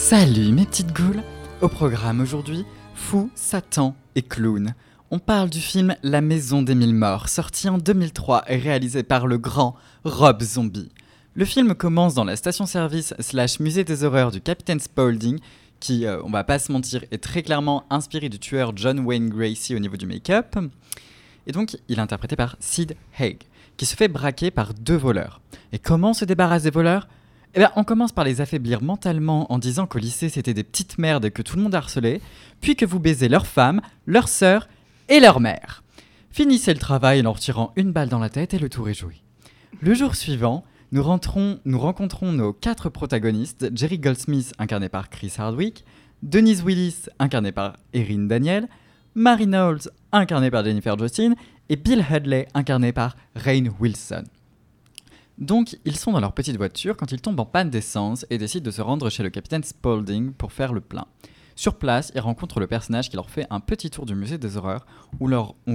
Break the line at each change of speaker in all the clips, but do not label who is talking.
Salut mes petites goules. Au programme aujourd'hui, fou, Satan et clown. On parle du film La Maison des Mille Morts, sorti en 2003 et réalisé par le grand Rob Zombie. Le film commence dans la station-service / musée des horreurs du Capitaine Spaulding, qui, on va pas se mentir, est très clairement inspiré du tueur John Wayne Gacy au niveau du make-up. Et donc, il est interprété par Sid Haig, qui se fait braquer par 2 voleurs. Et comment on se débarrasse des voleurs ? On commence par les affaiblir mentalement en disant qu'au lycée c'était des petites merdes et que tout le monde harcelait, puis que vous baisez leur femme, leur sœur et leur mère. Finissez le travail en leur tirant une balle dans la tête et le tour est joué. Le jour suivant, nous rencontrons nos 4 protagonistes, Jerry Goldsmith incarné par Chris Hardwick, Denise Willis incarnée par Erin Daniel, Mary Knowles incarnée par Jennifer Justin et Bill Hudley incarné par Rainn Wilson. Donc, ils sont dans leur petite voiture quand ils tombent en panne d'essence et décident de se rendre chez le capitaine Spaulding pour faire le plein. Sur place, ils rencontrent le personnage qui leur fait un petit tour du musée des horreurs où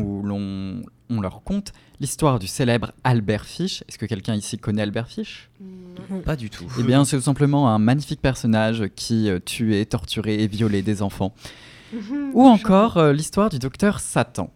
on leur conte l'histoire du célèbre Albert Fish. Est-ce que quelqu'un ici connaît Albert Fish ?
Non. Pas du tout.
Eh bien, c'est tout simplement un magnifique personnage qui tuait, torturait et violait des enfants. Ou encore l'histoire du docteur Satan.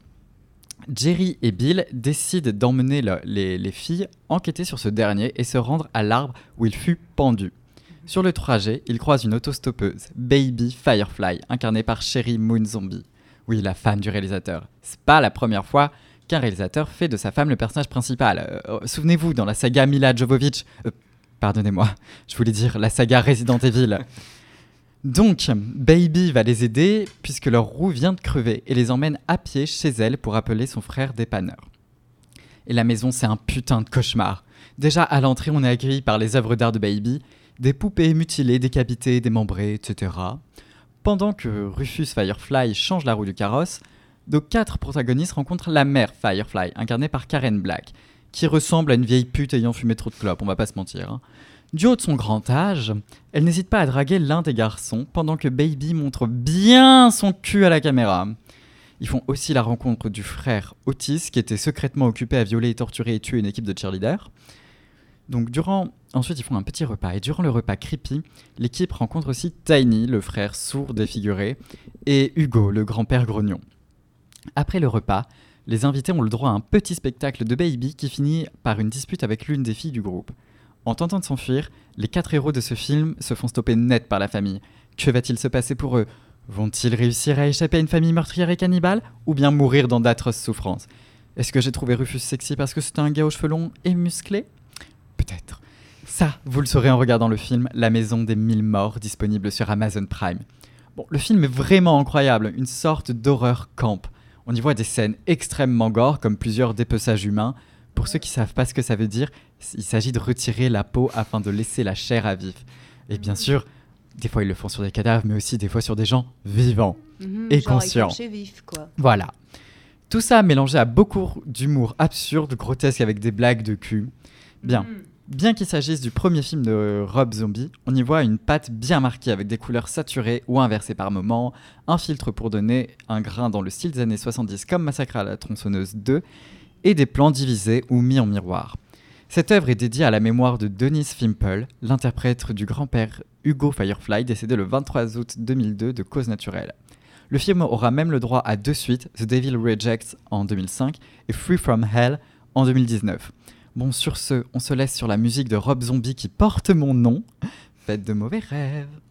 Jerry et Bill décident d'emmener les filles enquêter sur ce dernier et se rendre à l'arbre où il fut pendu. Sur le trajet, ils croisent une autostoppeuse, Baby Firefly, incarnée par Sheri Moon Zombie. Oui, la femme du réalisateur. C'est pas la première fois qu'un réalisateur fait de sa femme le personnage principal. Souvenez-vous, dans la saga Mila Jovovich... pardonnez-moi, je voulais dire la saga Resident Evil. Donc, Baby va les aider puisque leur roue vient de crever et les emmène à pied chez elle pour appeler son frère dépanneur. Et la maison, c'est un putain de cauchemar. Déjà, à l'entrée, on est accueilli par les œuvres d'art de Baby, des poupées mutilées, décapitées, démembrées, etc. Pendant que Rufus Firefly change la roue du carrosse, nos 4 protagonistes rencontrent la mère Firefly, incarnée par Karen Black, qui ressemble à une vieille pute ayant fumé trop de clopes, on va pas se mentir. Du haut de son grand âge, elle n'hésite pas à draguer l'un des garçons pendant que Baby montre bien son cul à la caméra. Ils font aussi la rencontre du frère Otis qui était secrètement occupé à violer, torturer et tuer une équipe de cheerleaders. Donc ensuite ils font un petit repas et durant le repas creepy, l'équipe rencontre aussi Tiny, le frère sourd défiguré, et Hugo, le grand-père grognon. Après le repas, les invités ont le droit à un petit spectacle de Baby qui finit par une dispute avec l'une des filles du groupe. En tentant de s'enfuir, les 4 héros de ce film se font stopper net par la famille. Que va-t-il se passer pour eux ? Vont-ils réussir à échapper à une famille meurtrière et cannibale ? Ou bien mourir dans d'atroces souffrances ? Est-ce que j'ai trouvé Rufus sexy parce que c'était un gars aux cheveux longs et musclé ? Peut-être. Ça, vous le saurez en regardant le film La Maison des Mille Morts, disponible sur Amazon Prime. Bon, le film est vraiment incroyable, une sorte d'horreur camp. On y voit des scènes extrêmement gore, comme plusieurs dépeçages humains. Pour ceux qui ne savent pas ce que ça veut dire, il s'agit de retirer la peau afin de laisser la chair à vif. Et bien sûr, des fois ils le font sur des cadavres, mais aussi des fois sur des gens vivants et conscients.
Vif, quoi.
Voilà. Tout ça mélangé à beaucoup d'humour absurde, grotesque avec des blagues de cul. Bien qu'il s'agisse du premier film de Rob Zombie, on y voit une patte bien marquée avec des couleurs saturées ou inversées par moments, un filtre pour donner un grain dans le style des années 70 comme Massacre à la tronçonneuse 2, et des plans divisés ou mis en miroir. Cette œuvre est dédiée à la mémoire de Denise Fimple, l'interprète du grand-père Hugo Firefly, décédé le 23 août 2002 de cause naturelle. Le film aura même le droit à 2 suites, The Devil Rejects en 2005 et Free From Hell en 2019. Bon, sur ce, on se laisse sur la musique de Rob Zombie qui porte mon nom. Faites de mauvais rêves.